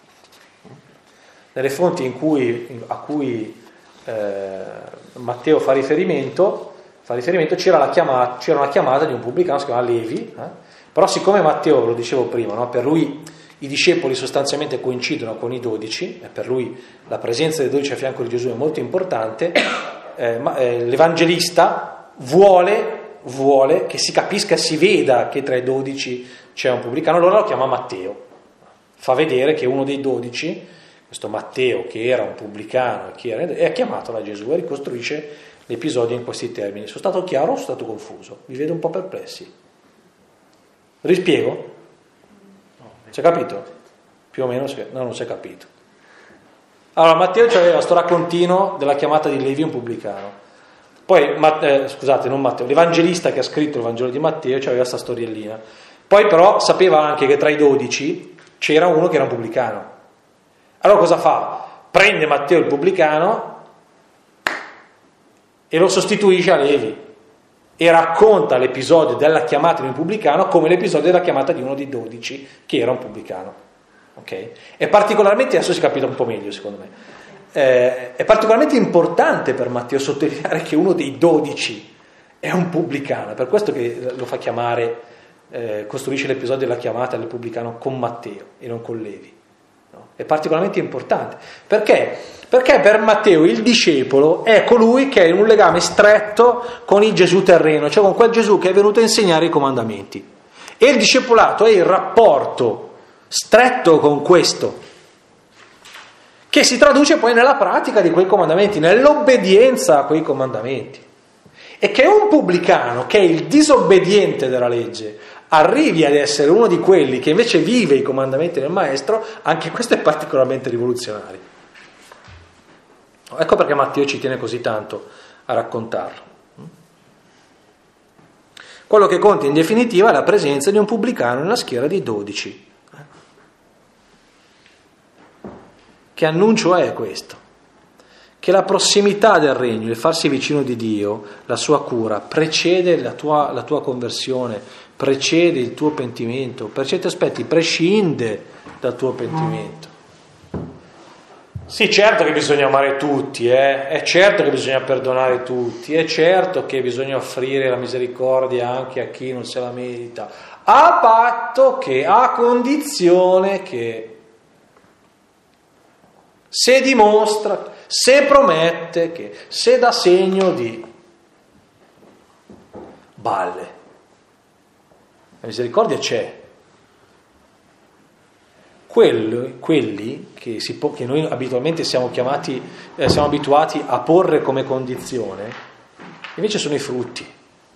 Speaker 1: Nelle fonti a cui Matteo fa riferimento c'era una chiamata di un pubblicano, si chiama Levi, però siccome Matteo, ve lo dicevo prima, no? Per lui i discepoli sostanzialmente coincidono con i 12, e per lui la presenza dei 12 a fianco di Gesù è molto importante, l'Evangelista vuole che si capisca, si veda che tra i 12 c'è un pubblicano, allora lo chiama Matteo, fa vedere che uno dei 12, questo Matteo, che era un pubblicano, è chiamato da Gesù e ricostruisce l'episodio in questi termini. Sono stato chiaro o sono stato confuso? Vi vedo un po' perplessi. Rispiego? Si è capito? Più o meno no, non si è capito. Allora, Matteo aveva sto raccontino della chiamata di Levi, un pubblicano. Poi, non Matteo, l'evangelista che ha scritto il Vangelo di Matteo aveva sta storiellina. Poi però sapeva anche che tra i 12 c'era uno che era un pubblicano. Allora cosa fa? Prende Matteo il pubblicano e lo sostituisce a Levi e racconta l'episodio della chiamata di un pubblicano come l'episodio della chiamata di uno dei 12 che era un pubblicano. Ok? È particolarmente, adesso si è capito un po' meglio secondo me, è particolarmente importante per Matteo sottolineare che uno dei 12 è un pubblicano, per questo che lo fa chiamare, costruisce l'episodio della chiamata del pubblicano con Matteo e non con Levi. No? È particolarmente importante. Perché? Perché per Matteo il discepolo è colui che è in un legame stretto con il Gesù terreno, cioè con quel Gesù che è venuto a insegnare i comandamenti. E il discepolato è il rapporto stretto con questo, che si traduce poi nella pratica di quei comandamenti, nell'obbedienza a quei comandamenti. E che un pubblicano, che è il disobbediente della legge, arrivi ad essere uno di quelli che invece vive i comandamenti del Maestro, anche questo è particolarmente rivoluzionario. Ecco perché Matteo ci tiene così tanto a raccontarlo. Quello che conta in definitiva è la presenza di un pubblicano nella schiera di 12. Che annuncio è questo? Che la prossimità del regno, il farsi vicino di Dio, la sua cura, precede la tua conversione, precede il tuo pentimento, per certi aspetti prescinde dal tuo pentimento. Sì, certo che bisogna amare tutti, è certo che bisogna perdonare tutti, è certo che bisogna offrire la misericordia anche a chi non se la merita, a patto che, a condizione che se dimostra, se promette, che se dà segno di balle. La misericordia c'è. Quelli che noi abitualmente siamo abituati a porre come condizione, invece sono i frutti.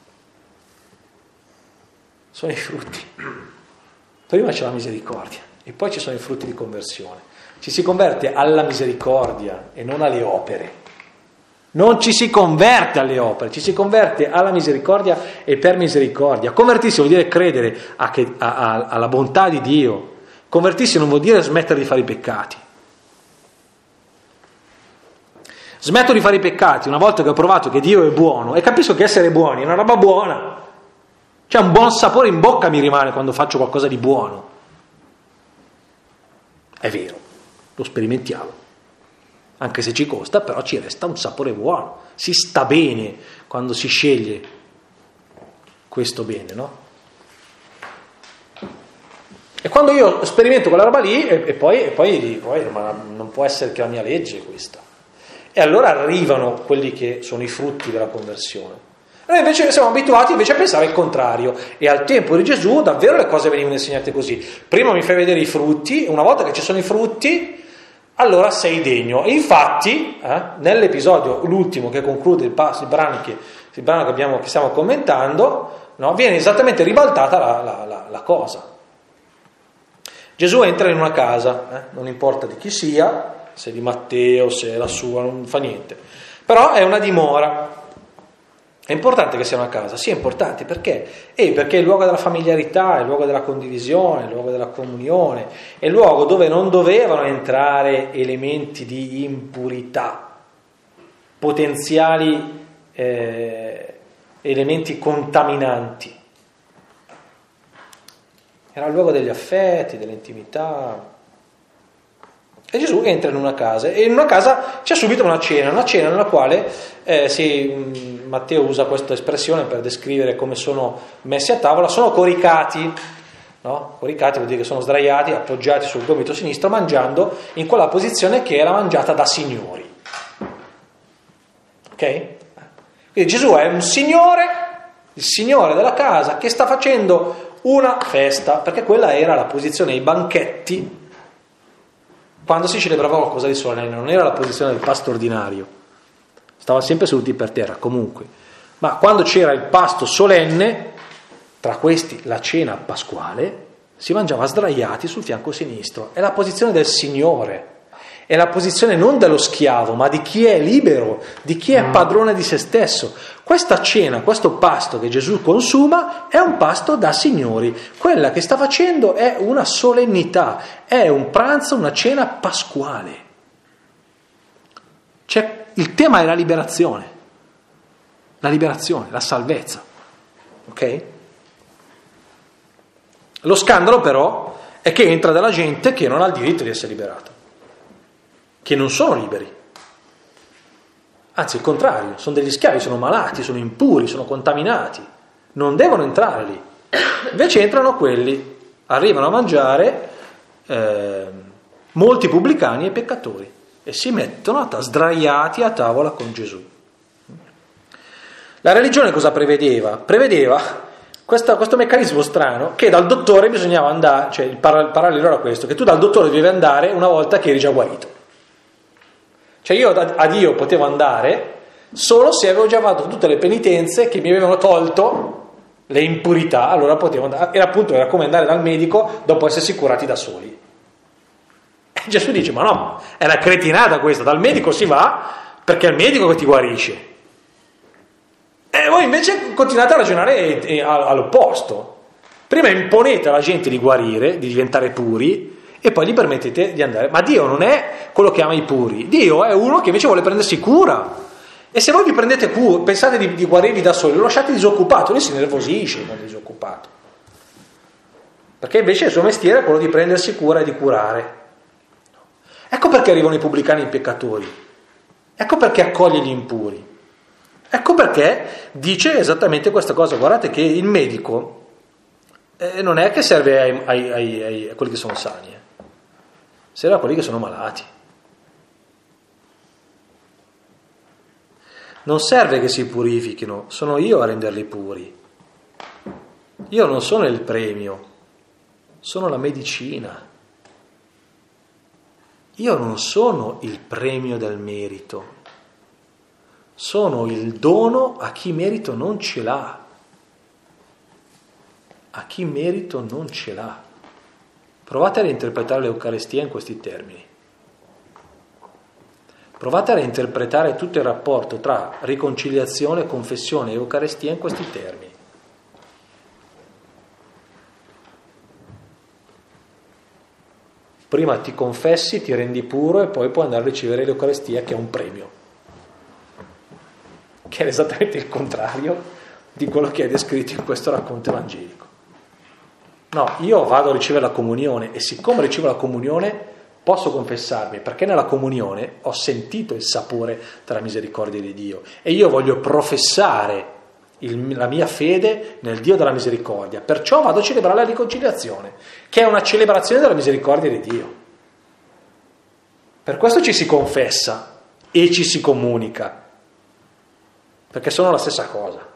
Speaker 1: Sono i frutti. Prima c'è la misericordia e poi ci sono i frutti di conversione. Ci si converte alla misericordia e non alle opere. Non ci si converte alle opere, ci si converte alla misericordia e per misericordia. Convertirsi vuol dire credere alla bontà di Dio. Convertirsi non vuol dire smettere di fare i peccati. Smetto di fare i peccati una volta che ho provato che Dio è buono e capisco che essere buoni è una roba buona. C'è un buon sapore in bocca mi rimane quando faccio qualcosa di buono. È vero. Lo sperimentiamo, anche se ci costa, però ci resta un sapore buono, si sta bene quando si sceglie questo bene, no? E quando io sperimento quella roba lì e poi dico, ma non può essere che la mia legge è questa. E allora arrivano quelli che sono i frutti della conversione. Noi invece siamo abituati a pensare il contrario, e al tempo di Gesù davvero le cose venivano insegnate così. Prima mi fai vedere i frutti, e una volta che ci sono i frutti, allora sei degno. E infatti, nell'episodio, l'ultimo che conclude il brano che stiamo commentando, no, viene esattamente ribaltata la cosa. Gesù entra in una casa, non importa di chi sia, se è di Matteo, se è la sua, non fa niente, però è una dimora. È importante che sia una casa? Sì, è importante, perché? Perché è il luogo della familiarità, è il luogo della condivisione, è il luogo della comunione, è il luogo dove non dovevano entrare elementi di impurità, potenziali elementi contaminanti. Era il luogo degli affetti, dell'intimità. E Gesù entra in una casa, e in una casa c'è subito una cena nella quale Matteo usa questa espressione per descrivere come sono messi a tavola. Sono coricati, no? Coricati vuol dire che sono sdraiati, appoggiati sul gomito sinistro, mangiando in quella posizione che era mangiata da signori. Ok? Quindi Gesù è un signore, il signore della casa, che sta facendo una festa, perché quella era la posizione ai banchetti quando si celebrava qualcosa di solenne, non era la posizione del pasto ordinario. Stavano sempre seduti per terra, comunque. Ma quando c'era il pasto solenne, tra questi la cena pasquale, si mangiava sdraiati sul fianco sinistro. È la posizione del Signore, è la posizione non dello schiavo, ma di chi è libero, di chi è padrone di se stesso. Questa cena, questo pasto che Gesù consuma, è un pasto da signori. Quella che sta facendo è una solennità, è un pranzo, una cena pasquale. Il tema è la liberazione, la salvezza. Ok? Lo scandalo però è che entra della gente che non ha il diritto di essere liberata, che non sono liberi. Anzi, il contrario, sono degli schiavi, sono malati, sono impuri, sono contaminati, non devono entrare lì. Invece entrano quelli, arrivano a mangiare molti pubblicani e peccatori e si mettono sdraiati a tavola con Gesù. La religione cosa prevedeva? Prevedeva questo meccanismo strano che dal dottore bisognava andare, cioè il parallelo era questo, che tu dal dottore devi andare una volta che eri già guarito. Cioè io a Dio potevo andare solo se avevo già fatto tutte le penitenze che mi avevano tolto le impurità, allora potevo andare. Era come andare dal medico dopo essersi curati da soli. E Gesù dice, ma no, è una cretinata questa, dal medico si va perché è il medico che ti guarisce. E voi invece continuate a ragionare all'opposto. Prima imponete alla gente di guarire, di diventare puri, e poi gli permettete di andare. Ma Dio non è quello che ama i puri, Dio è uno che invece vuole prendersi cura. E se voi vi prendete cura, pensate di guarirvi da soli, lo lasciate disoccupato, lui si nervosisce quando è disoccupato. Perché invece il suo mestiere è quello di prendersi cura e di curare. Ecco perché arrivano i pubblicani e i peccatori. Ecco perché accoglie gli impuri. Ecco perché dice esattamente questa cosa. Guardate che il medico non è che serve a quelli che sono sani, serve a quelli che sono malati. Non serve che si purifichino, sono io a renderli puri. Io non sono il premio, sono la medicina. Io non sono il premio del merito, sono il dono a chi merito non ce l'ha. A chi merito non ce l'ha. Provate a reinterpretare l'Eucaristia in questi termini. Provate a reinterpretare tutto il rapporto tra riconciliazione, confessione e Eucaristia in questi termini. Prima ti confessi, ti rendi puro e poi puoi andare a ricevere l'Eucaristia, che è un premio, che è esattamente il contrario di quello che è descritto in questo racconto evangelico. No, io vado a ricevere la comunione e siccome ricevo la comunione posso confessarmi, perché nella comunione ho sentito il sapore della misericordia di Dio e io voglio professare la mia fede nel Dio della misericordia, perciò vado a celebrare la riconciliazione, che è una celebrazione della misericordia di Dio. Per questo ci si confessa e ci si comunica, perché sono la stessa cosa.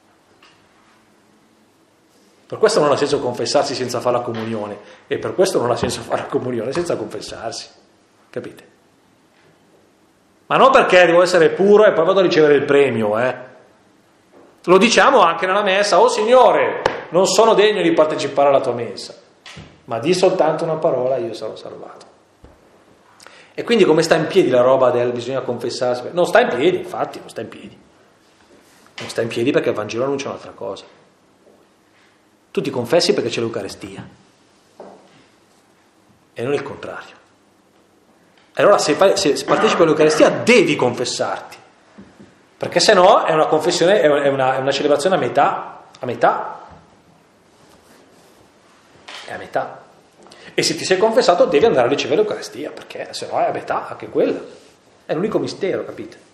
Speaker 1: Per questo non ha senso confessarsi senza fare la comunione e per questo non ha senso fare la comunione senza confessarsi, capite? Ma non perché devo essere puro e poi vado a ricevere il premio, Lo diciamo anche nella messa, oh Signore, non sono degno di partecipare alla tua messa, ma di soltanto una parola io sarò salvato. E quindi come sta in piedi la roba del bisogna confessarsi? Non sta in piedi, infatti, non sta in piedi. Non sta in piedi perché il Vangelo annuncia un'altra cosa. Tu ti confessi perché c'è l'Eucaristia e non il contrario. E allora se partecipi all'Eucaristia devi confessarti, perché se no è una confessione, è una celebrazione a metà. È a metà. E se ti sei confessato devi andare a ricevere l'Eucaristia, perché se no è a metà anche quella. È l'unico mistero, capite?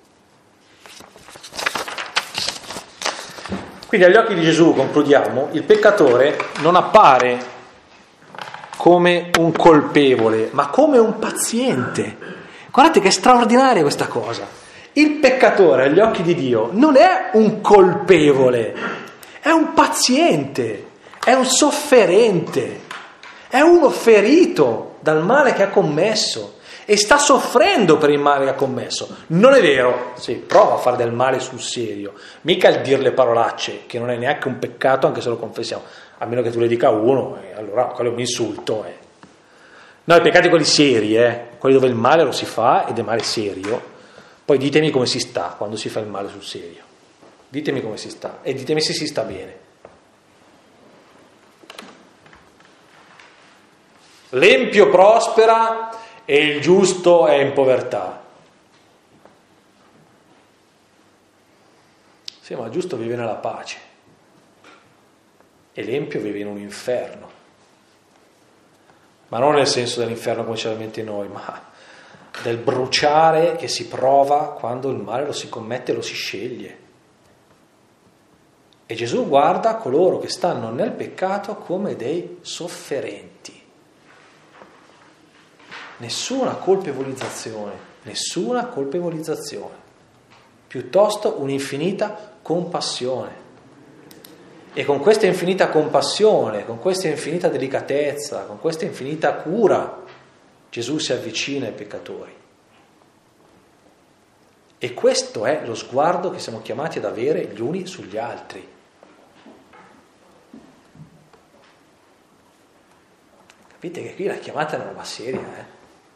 Speaker 1: Quindi agli occhi di Gesù, concludiamo, il peccatore non appare come un colpevole, ma come un paziente. Guardate che è straordinaria questa cosa. Il peccatore agli occhi di Dio non è un colpevole, è un paziente, è un sofferente, è uno ferito dal male che ha commesso e sta soffrendo per il male che ha commesso. Non è vero? Sì, prova a fare del male sul serio, mica il dire le parolacce, che non è neanche un peccato anche se lo confessiamo, a meno che tu le dica a uno, allora quello è un insulto. No, i peccati quelli seri, quelli dove il male lo si fa ed è male serio. Poi ditemi come si sta quando si fa il male sul serio. Ditemi come si sta e ditemi se si sta bene. L'empio prospera e il giusto è in povertà. Sì, ma il giusto vive nella pace e l'empio vive in un inferno. Ma non nel senso dell'inferno come ce l'abbiamo in mente noi, ma del bruciare che si prova quando il male lo si commette e lo si sceglie. E Gesù guarda coloro che stanno nel peccato come dei sofferenti. Nessuna colpevolizzazione, piuttosto un'infinita compassione. E con questa infinita compassione, con questa infinita delicatezza, con questa infinita cura, Gesù si avvicina ai peccatori. E questo è lo sguardo che siamo chiamati ad avere gli uni sugli altri. Capite che qui la chiamata è una roba seria,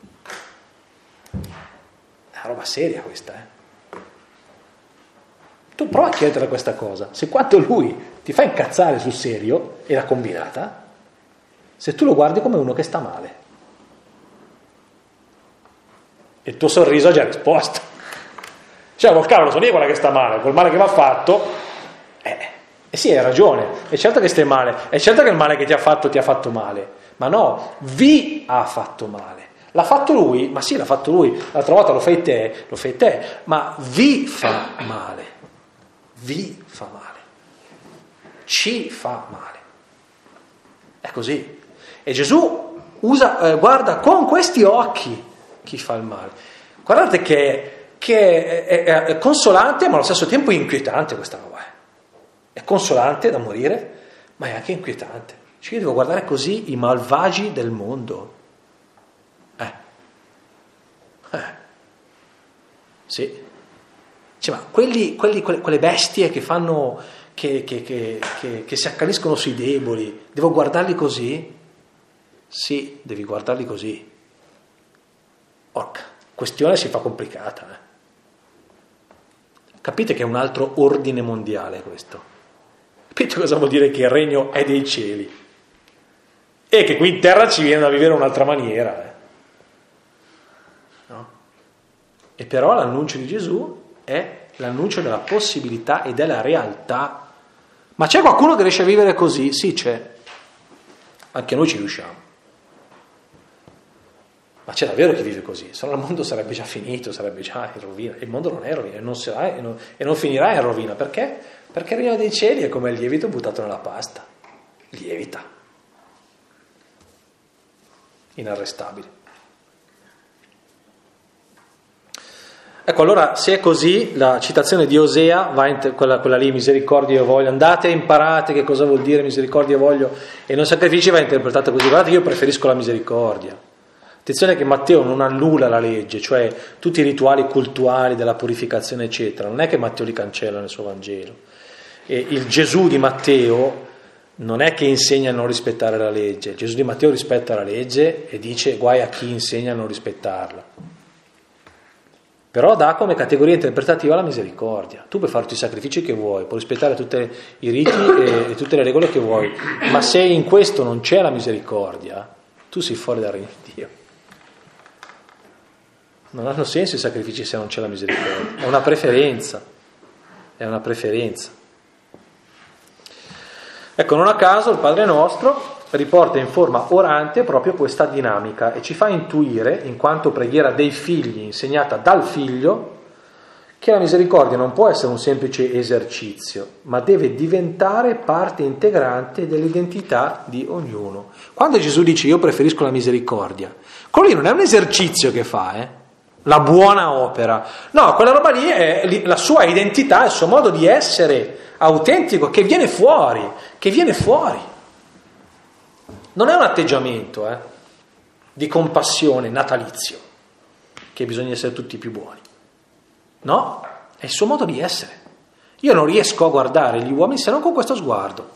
Speaker 1: È una roba seria questa, Tu prova a chiederle questa cosa. Se quanto lui ti fa incazzare sul serio e l'ha combinata, se tu lo guardi come uno che sta male. E il tuo sorriso ha già risposto. Cioè, col cavolo, sono io quella che sta male, col male che mi ha fatto. Sì, hai ragione. È certo che stai male. È certo che il male che ti ha fatto male. Ma no, vi ha fatto male. L'ha fatto lui? Ma sì, l'ha fatto lui. L'altra volta lo fai te, ma vi fa male. Vi fa male. Ci fa male. È così. E Gesù guarda con questi occhi chi fa il male. Guardate che è consolante, ma allo stesso tempo inquietante questa roba. È consolante da morire, ma è anche inquietante. Cioè, io devo guardare così i malvagi del mondo. Sì. Cioè, ma quelle bestie che fanno che si accaniscono sui deboli, devo guardarli così? Sì, devi guardarli così. Orca, questione si fa complicata. Capite che è un altro ordine mondiale questo? Capite cosa vuol dire che il regno è dei cieli? E che qui in terra ci viene da vivere un'altra maniera. No? E però l'annuncio di Gesù è l'annuncio della possibilità e della realtà. Ma c'è qualcuno che riesce a vivere così? Sì, c'è. Anche noi ci riusciamo. Ma c'è davvero chi vive così? Se no il mondo sarebbe già finito, sarebbe già in rovina. Il mondo non è in rovina, e non finirà in rovina. Perché? Perché il regno dei cieli è come il lievito buttato nella pasta. Lievita. Inarrestabile. Ecco, allora, se è così, la citazione di Osea, quella lì, misericordia io voglio, andate e imparate che cosa vuol dire misericordia io voglio, e non sacrifici, va interpretata così. Guardate, io preferisco la misericordia. Attenzione che Matteo non annulla la legge, cioè tutti i rituali cultuali della purificazione, eccetera. Non è che Matteo li cancella nel suo Vangelo. E il Gesù di Matteo non è che insegna a non rispettare la legge. Il Gesù di Matteo rispetta la legge e dice guai a chi insegna a non rispettarla. Però dà come categoria interpretativa la misericordia. Tu puoi fare tutti i sacrifici che vuoi, puoi rispettare tutti i riti e tutte le regole che vuoi, ma se in questo non c'è la misericordia, tu sei fuori dal regno di Dio. Non hanno senso i sacrifici se non c'è la misericordia. È una preferenza. Ecco, non a caso il Padre nostro riporta in forma orante proprio questa dinamica e ci fa intuire, in quanto preghiera dei figli insegnata dal figlio, che la misericordia non può essere un semplice esercizio, ma deve diventare parte integrante dell'identità di ognuno. Quando Gesù dice io preferisco la misericordia, quello lì non è un esercizio che fa, la buona opera. No, quella roba lì è la sua identità, il suo modo di essere autentico, che viene fuori. Non è un atteggiamento di compassione natalizio. che bisogna essere tutti più buoni. No, è il suo modo di essere. Io non riesco a guardare gli uomini se non con questo sguardo.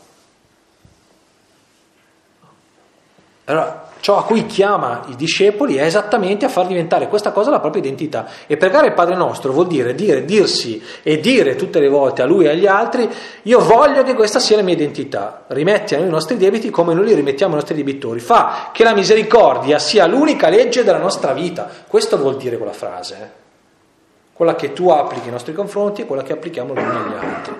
Speaker 1: Allora, ciò a cui chiama i discepoli è esattamente a far diventare questa cosa la propria identità. E pregare il Padre nostro vuol dire dirsi e dire tutte le volte a Lui e agli altri: io voglio che questa sia la mia identità. Rimetti a noi i nostri debiti come noi li rimettiamo ai nostri debitori. Fa che la misericordia sia l'unica legge della nostra vita. Questo vuol dire quella frase, quella che tu applichi nei nostri confronti e quella che applichiamo gli uni agli altri.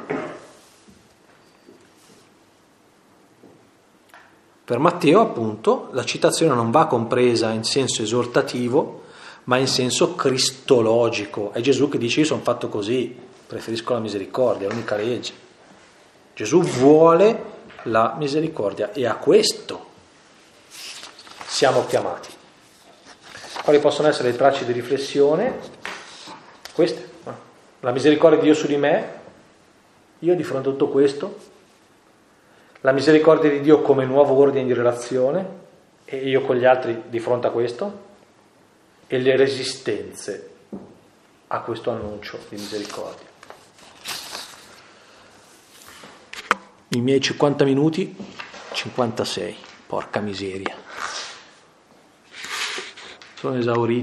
Speaker 1: Per Matteo, appunto, la citazione non va compresa in senso esortativo, ma in senso cristologico. È Gesù che dice: io sono fatto così, preferisco la misericordia, è l'unica legge. Gesù vuole la misericordia e a questo siamo chiamati. Quali possono essere le tracce di riflessione? Queste. La misericordia di Dio su di me, io di fronte a tutto questo. La misericordia di Dio come nuovo ordine di relazione e io con gli altri di fronte a questo, e le resistenze a questo annuncio di misericordia. I miei 50 minuti, 56, porca miseria, sono esaurito.